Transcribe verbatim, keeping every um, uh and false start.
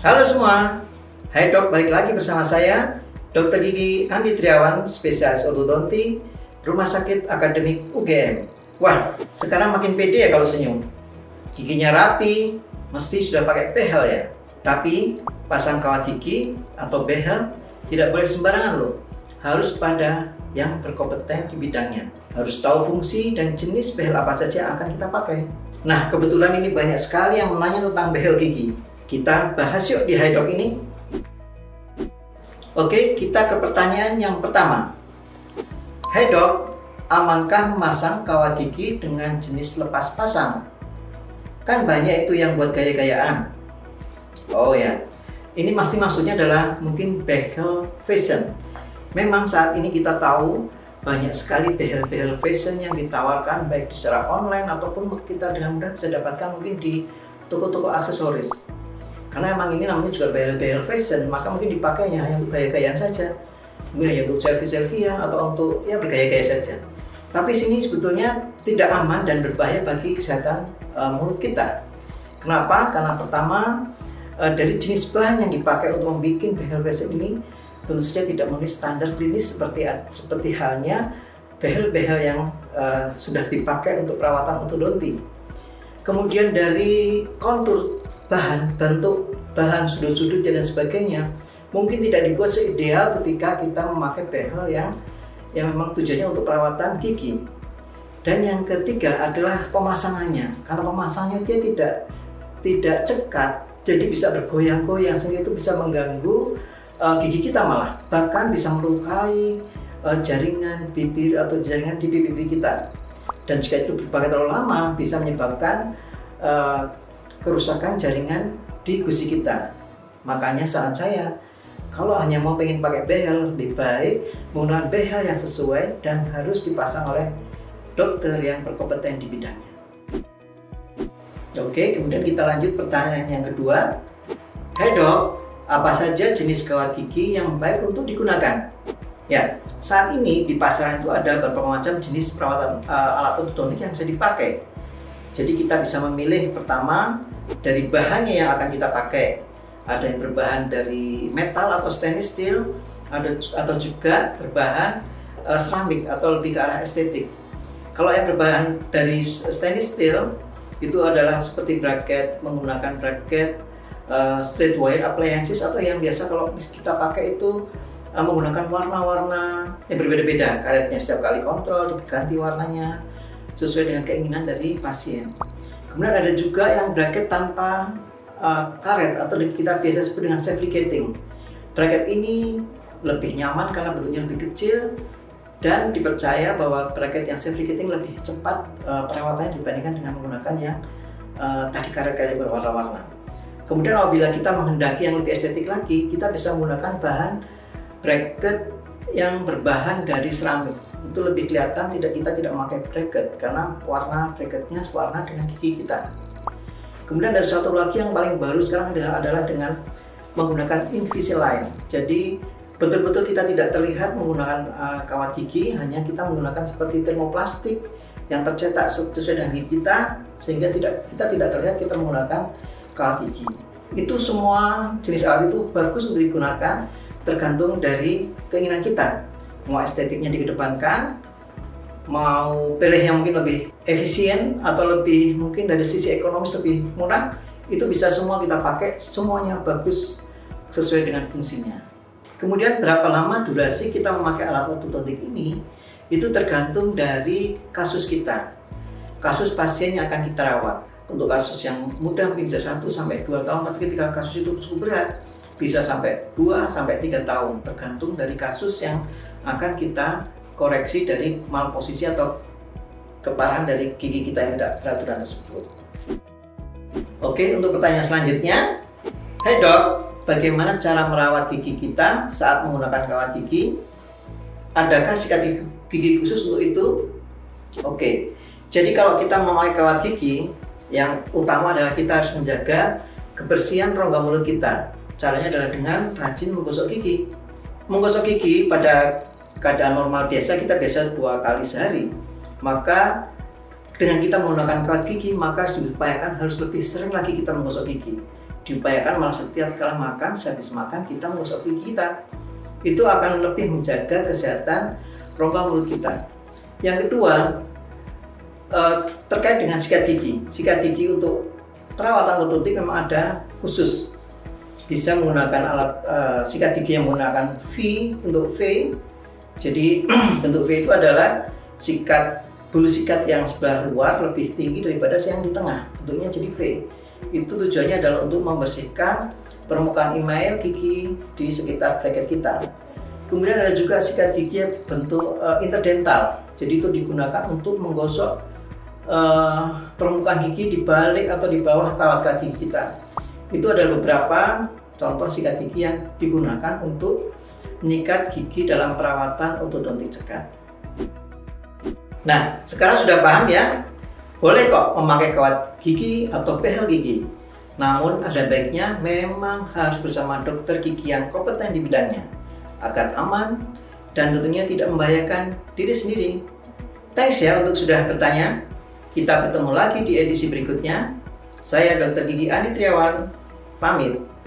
Halo semua, hai dok, balik lagi bersama saya Dokter Gigi Andi Triawan, spesialis ortodonti, Rumah Sakit Akademik U G M. Wah, sekarang makin pede ya kalau senyum. Giginya rapi, mesti sudah pakai behel ya. Tapi pasang kawat gigi atau behel tidak boleh sembarangan loh. Harus pada yang berkompeten di bidangnya. Harus tahu fungsi dan jenis behel apa saja yang akan kita pakai. Nah, kebetulan ini banyak sekali yang menanya tentang behel gigi. Kita bahas yuk di HiDoc ini. Oke, kita ke pertanyaan yang pertama. Hai dok, amankah memasang kawat gigi dengan jenis lepas pasang? Kan banyak itu yang buat gaya-gayaan. Oh ya, ini pasti maksudnya adalah mungkin behel fashion. Memang saat ini kita tahu banyak sekali behel-behel fashion yang ditawarkan baik secara online ataupun kita dengan mudah bisa dapatkan mungkin di toko-toko aksesoris. Karena emang ini namanya juga behel-behel fashion, maka mungkin dipakainya hanya untuk gaya-gayaan saja. Mungkin hanya untuk selfie-selfiean atau untuk ya bergaya-gaya saja. Tapi sini sebetulnya tidak aman dan berbahaya bagi kesehatan uh, mulut kita. Kenapa? Karena pertama uh, dari jenis bahan yang dipakai untuk membuat behel fashion ini tentu saja tidak memenuhi standar klinis seperti seperti halnya behel-behel yang uh, sudah dipakai untuk perawatan ortodonti. Kemudian dari kontur bahan, bentuk bahan, sudut-sudut dan sebagainya mungkin tidak dibuat seideal ketika kita memakai behel yang yang memang tujuannya untuk perawatan gigi. Dan yang ketiga adalah pemasangannya, karena pemasangannya dia tidak tidak cekat, jadi bisa bergoyang-goyang sehingga itu bisa mengganggu uh, gigi kita, malah bahkan bisa melukai uh, jaringan bibir atau jaringan di pipi kita. Dan jika itu dipakai terlalu lama bisa menyebabkan uh, kerusakan jaringan di gusi kita. Makanya saran saya, kalau hanya mau pengen pakai behel, lebih baik menggunakan behel yang sesuai dan harus dipasang oleh dokter yang berkompeten di bidangnya. Oke, kemudian kita lanjut pertanyaan yang kedua. Hai dok, apa saja jenis kawat gigi yang baik untuk digunakan? Ya, saat ini di pasaran itu ada beberapa macam jenis perawatan uh, alat ortodontik yang bisa dipakai. Jadi kita bisa memilih pertama dari bahannya yang akan kita pakai. Ada yang berbahan dari metal atau stainless steel, ada atau juga berbahan uh, seramik atau lebih ke arah estetik. Kalau yang berbahan dari stainless steel itu adalah seperti bracket, menggunakan bracket, uh, straight wire appliances, atau yang biasa kalau kita pakai itu uh, menggunakan warna-warna yang berbeda-beda. Karetnya setiap kali kontrol diganti warnanya sesuai dengan keinginan dari pasien. Kemudian ada juga yang bracket tanpa uh, karet atau kita biasa sebut dengan self-ligating. Bracket ini lebih nyaman karena bentuknya lebih kecil dan dipercaya bahwa bracket yang self-ligating lebih cepat uh, perawatannya dibandingkan dengan menggunakan yang uh, tadi karet-karet berwarna-warna. Kemudian apabila kita menghendaki yang lebih estetik lagi, kita bisa menggunakan bahan bracket yang berbahan dari seramik. Itu lebih kelihatan tidak kita tidak memakai bracket karena warna bracketnya sewarna dengan gigi kita. Kemudian ada satu lagi yang paling baru sekarang adalah, adalah dengan menggunakan Invisalign. Jadi betul-betul kita tidak terlihat menggunakan uh, kawat gigi, hanya kita menggunakan seperti termoplastik yang tercetak sesuai dengan gigi kita sehingga tidak kita tidak terlihat kita menggunakan kawat gigi. Itu semua jenis alat itu bagus untuk digunakan tergantung dari keinginan kita. Mau estetiknya dikedepankan, mau pilih yang mungkin lebih efisien atau lebih mungkin dari sisi ekonomis lebih murah, itu bisa semua kita pakai, semuanya bagus sesuai dengan fungsinya. Kemudian berapa lama durasi kita memakai alat ortodontik ini, itu tergantung dari kasus kita, kasus pasien yang akan kita rawat. Untuk kasus yang mudah mungkin bisa satu sampai dua tahun, tapi ketika kasus itu cukup berat, bisa sampai dua sampai tiga tahun, tergantung dari kasus yang akan kita koreksi dari malposisi atau keparahan dari gigi kita yang tidak beraturan tersebut. Oke, untuk pertanyaan selanjutnya. Hai dok, bagaimana cara merawat gigi kita saat menggunakan kawat gigi? Adakah sikat gigi khusus untuk itu? Oke, jadi kalau kita memakai kawat gigi, yang utama adalah kita harus menjaga kebersihan rongga mulut kita. Caranya adalah dengan rajin menggosok gigi. Menggosok gigi pada keadaan normal biasa kita biasa dua kali sehari. Maka dengan kita menggunakan kawat gigi, maka diupayakan harus lebih sering lagi kita menggosok gigi. diupayakan malah setiap kali makan, sehabis makan kita menggosok gigi kita. Itu akan lebih menjaga kesehatan rongga mulut kita. Yang kedua, eh, terkait dengan sikat gigi. Sikat gigi untuk perawatan ortodontik memang ada khusus. Bisa menggunakan alat eh, sikat gigi yang menggunakan V, bentuk V. Jadi bentuk V itu adalah sikat bulu sikat yang sebelah luar lebih tinggi daripada yang di tengah, bentuknya jadi V. Itu tujuannya adalah untuk membersihkan permukaan email gigi di sekitar bracket kita. Kemudian ada juga sikat gigi bentuk uh, interdental. Jadi itu digunakan untuk menggosok uh, permukaan gigi di balik atau di bawah kawat gigi kita. Itu ada beberapa contoh sikat gigi yang digunakan untuk menyikat gigi dalam perawatan ortodontik cekat. Nah, sekarang sudah paham ya? Boleh kok memakai kawat gigi atau behel gigi. Namun ada baiknya memang harus bersama dokter gigi yang kompeten di bidangnya agar aman dan tentunya tidak membahayakan diri sendiri. Thanks ya untuk sudah bertanya. Kita bertemu lagi di edisi berikutnya. Saya dokter Gigi Andi Triawan, pamit.